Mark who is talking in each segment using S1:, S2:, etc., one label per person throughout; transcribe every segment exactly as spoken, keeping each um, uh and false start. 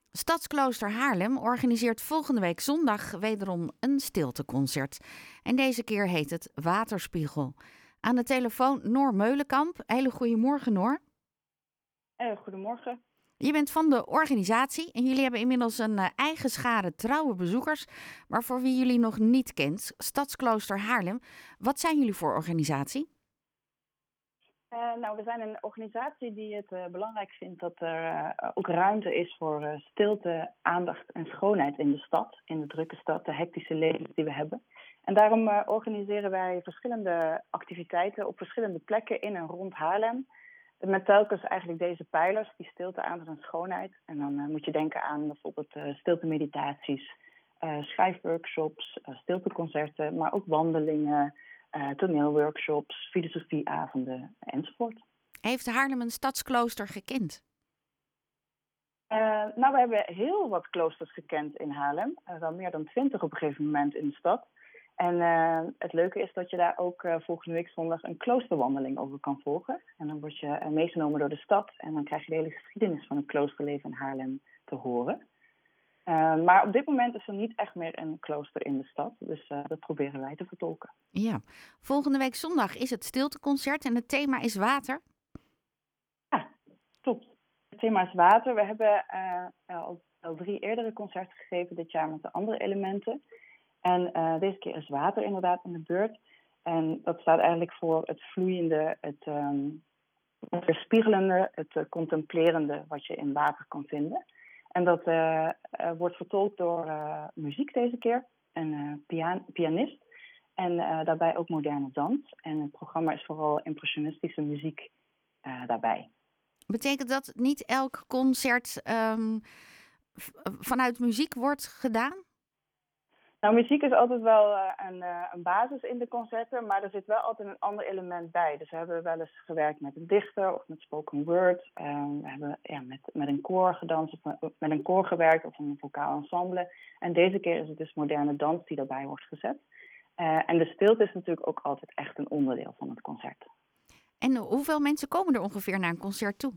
S1: Stadsklooster Haarlem organiseert volgende week zondag wederom een stilteconcert. En deze keer heet het Waterspiegel. Aan de telefoon Noor Meulenkamp. Hele goedemorgen, Noor.
S2: Eh, goedemorgen.
S1: Je bent van de organisatie en jullie hebben inmiddels een eh, eigen schare trouwe bezoekers. Maar voor wie jullie nog niet kent, Stadsklooster Haarlem. Wat zijn jullie voor organisatie?
S2: Uh, nou, we zijn een organisatie die het uh, belangrijk vindt dat er uh, ook ruimte is voor uh, stilte, aandacht en schoonheid in de stad. In de drukke stad, de hectische levens die we hebben. En daarom uh, organiseren wij verschillende activiteiten op verschillende plekken in en rond Haarlem. Met telkens eigenlijk deze pijlers, die stilte, aandacht en schoonheid. En dan uh, moet je denken aan bijvoorbeeld uh, stiltemeditaties, uh, schrijfworkshops, uh, stilteconcerten, maar ook wandelingen, uh, toneelworkshops, filosofieavonden enzovoort.
S1: Heeft Haarlem een stadsklooster gekend?
S2: Uh, nou, we hebben heel wat kloosters gekend in Haarlem. Uh, wel meer dan twintig op een gegeven moment in de stad. En uh, het leuke is dat je daar ook uh, volgende week zondag een kloosterwandeling over kan volgen. En dan word je uh, meegenomen door de stad en dan krijg je de hele geschiedenis van het kloosterleven in Haarlem te horen. Uh, maar op dit moment is er niet echt meer een klooster in de stad, dus uh, dat proberen wij te vertolken.
S1: Ja, volgende week zondag is het stilteconcert en het thema is water.
S2: Ja, klopt. Het thema is water. We hebben uh, al, al drie eerdere concerten gegeven dit jaar met de andere elementen. En uh, deze keer is water inderdaad in de beurt. En dat staat eigenlijk voor het vloeiende, het, um, het weerspiegelende, het uh, contemplerende wat je in water kan vinden. En dat uh, uh, wordt vertolkt door uh, muziek deze keer, een uh, pian- pianist. En uh, daarbij ook moderne dans. En het programma is vooral impressionistische muziek uh, daarbij.
S1: Betekent dat niet elk concert um, v- vanuit muziek wordt gedaan?
S2: Nou, muziek is altijd wel uh, een, uh, een basis in de concerten, maar er zit wel altijd een ander element bij. Dus we hebben wel eens gewerkt met een dichter of met spoken word. Uh, we hebben ja, met, met een koor gedanst of met een koor gewerkt of een vocaal ensemble. En deze keer is het dus moderne dans die daarbij wordt gezet. Uh, en de stilte is natuurlijk ook altijd echt een onderdeel van het concert.
S1: En hoeveel mensen komen er ongeveer naar een concert toe?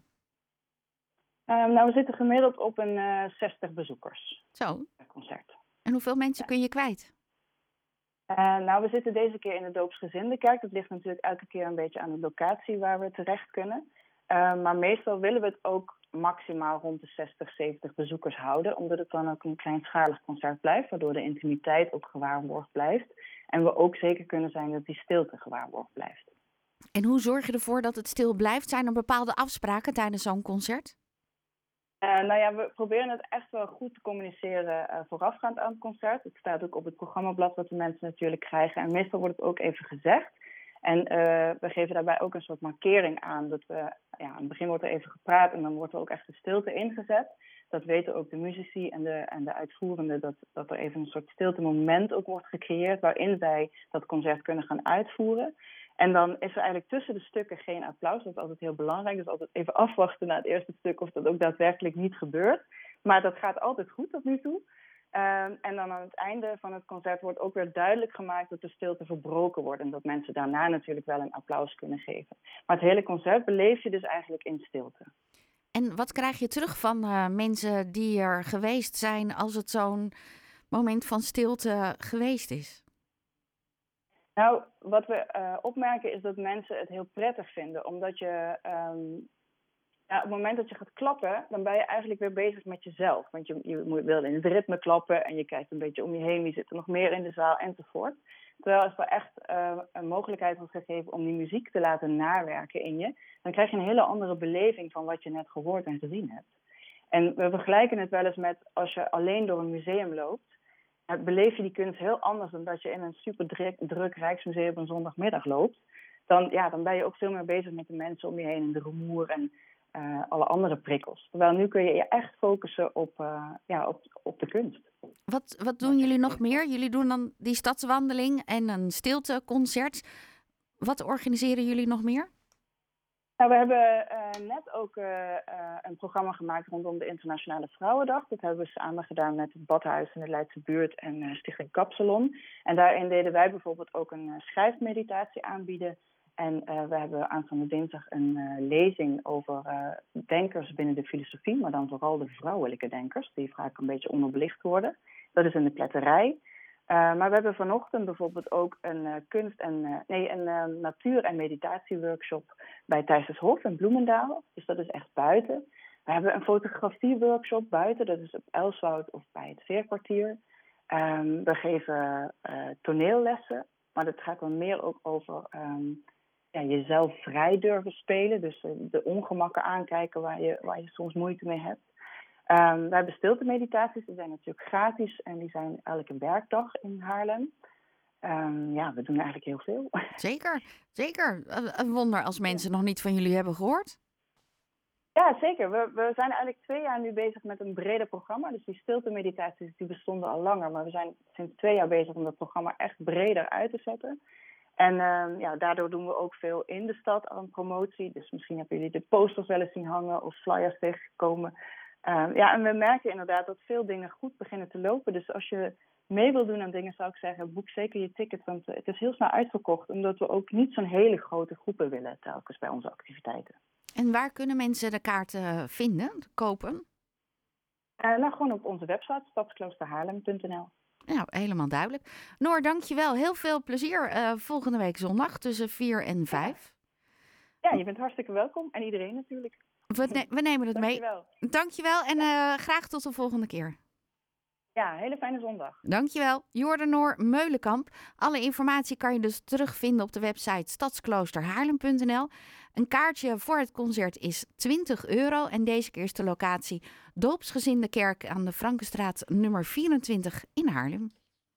S2: Uh, nou, we zitten gemiddeld op een uh, zestig bezoekers
S1: Zo.
S2: per concert.
S1: En hoeveel mensen kun je kwijt?
S2: Uh, nou, we zitten deze keer in de Doopsgezindenkerk. Dat ligt natuurlijk elke keer een beetje aan de locatie waar we terecht kunnen. Uh, maar meestal willen we het ook maximaal rond de zestig, zeventig bezoekers houden. Omdat het dan ook een kleinschalig concert blijft. Waardoor de intimiteit ook gewaarborgd blijft. En we ook zeker kunnen zijn dat die stilte gewaarborgd blijft.
S1: En hoe zorg je ervoor dat het stil blijft? Zijn er bepaalde afspraken tijdens zo'n concert?
S2: Uh, nou ja, we proberen het echt wel goed te communiceren uh, voorafgaand aan het concert. Het staat ook op het programmablad wat de mensen natuurlijk krijgen. En meestal wordt het ook even gezegd. En uh, we geven daarbij ook een soort markering aan. Dat we, ja, aan het begin wordt er even gepraat en dan wordt er ook echt de stilte ingezet. Dat weten ook de muzici en de, en de uitvoerenden. Dat, dat er even een soort stilte moment ook wordt gecreëerd waarin zij dat concert kunnen gaan uitvoeren. En dan is er eigenlijk tussen de stukken geen applaus. Dat is altijd heel belangrijk. Dus altijd even afwachten na het eerste stuk of dat ook daadwerkelijk niet gebeurt. Maar dat gaat altijd goed tot nu toe. Uh, en dan aan het einde van het concert wordt ook weer duidelijk gemaakt dat de stilte verbroken wordt. En dat mensen daarna natuurlijk wel een applaus kunnen geven. Maar het hele concert beleef je dus eigenlijk in stilte.
S1: En wat krijg je terug van uh, mensen die er geweest zijn als het zo'n moment van stilte geweest is?
S2: Nou, wat we uh, opmerken is dat mensen het heel prettig vinden. Omdat je, um, ja, op het moment dat je gaat klappen, dan ben je eigenlijk weer bezig met jezelf. Want je, je wil in het ritme klappen en je kijkt een beetje om je heen. Wie zit er nog meer in de zaal enzovoort. Terwijl als er echt uh, een mogelijkheid wordt gegeven om die muziek te laten nawerken in je, dan krijg je een hele andere beleving van wat je net gehoord en gezien hebt. En we vergelijken het wel eens met als je alleen door een museum loopt. Beleef je die kunst heel anders dan dat je in een super druk, druk Rijksmuseum op een zondagmiddag loopt. Dan, ja, dan ben je ook veel meer bezig met de mensen om je heen en de rumoer en uh, alle andere prikkels. Terwijl nu kun je je echt focussen op, uh, ja, op, op de kunst.
S1: Wat, wat doen jullie nog meer? Jullie doen dan die stadswandeling en een stilteconcert. Wat organiseren jullie nog meer?
S2: Nou, we hebben uh, net ook uh, uh, een programma gemaakt rondom de Internationale Vrouwendag. Dat hebben we samen gedaan met het Badhuis in de Leidse Buurt en uh, Stichting Kapsalon. En daarin deden wij bijvoorbeeld ook een uh, schrijfmeditatie aanbieden. En uh, we hebben aanstaande dinsdag een uh, lezing over uh, denkers binnen de filosofie, maar dan vooral de vrouwelijke denkers, die vaak een beetje onderbelicht worden. Dat is in de pletterij. Uh, maar we hebben vanochtend bijvoorbeeld ook een uh, kunst- en uh, nee, een uh, natuur- en meditatieworkshop bij Thijssershof in Bloemendaal. Dus dat is echt buiten. We hebben een fotografieworkshop buiten, dat is op Elswoud of bij het Veerkwartier. Um, we geven uh, toneellessen, maar dat gaat dan meer ook over um, ja, jezelf vrij durven spelen. Dus uh, de ongemakken aankijken waar je, waar je soms moeite mee hebt. Um, we hebben stiltemeditaties, die zijn natuurlijk gratis en die zijn elke werkdag in Haarlem. Um, ja, we doen eigenlijk heel veel.
S1: Zeker, zeker. Een wonder als mensen ja. nog niet van jullie hebben gehoord.
S2: Ja, zeker. We, we zijn eigenlijk twee jaar nu bezig met een breder programma. Dus die stiltemeditaties die bestonden al langer. Maar we zijn sinds twee jaar bezig om dat programma echt breder uit te zetten. En uh, ja, daardoor doen we ook veel in de stad aan promotie. Dus misschien hebben jullie de posters wel eens zien hangen of flyers tegengekomen. Uh, ja, en we merken inderdaad dat veel dingen goed beginnen te lopen. Dus als je mee wil doen aan dingen, zou ik zeggen, boek zeker je ticket. Want het is heel snel uitverkocht. Omdat we ook niet zo'n hele grote groepen willen telkens bij onze activiteiten.
S1: En waar kunnen mensen de kaarten vinden, kopen?
S2: Uh, nou, gewoon op onze website, stadskloosterhaarlem punt n l.
S1: Nou, helemaal duidelijk. Noor, dankjewel. Heel veel plezier uh, volgende week zondag tussen vier en vijf.
S2: Ja, ja, je bent hartstikke welkom. En iedereen natuurlijk.
S1: We, ne- we nemen het mee.
S2: Dankjewel.
S1: Dankjewel en uh, graag tot de volgende keer.
S2: Ja, hele fijne zondag.
S1: Dankjewel. Jorde Noor Meulenkamp. Alle informatie kan je dus terugvinden op de website stadskloosterhaarlem punt n l. Een kaartje voor het concert is twintig euro. En deze keer is de locatie Doopsgezinde Kerk aan de Frankenstraat nummer vierentwintig in Haarlem.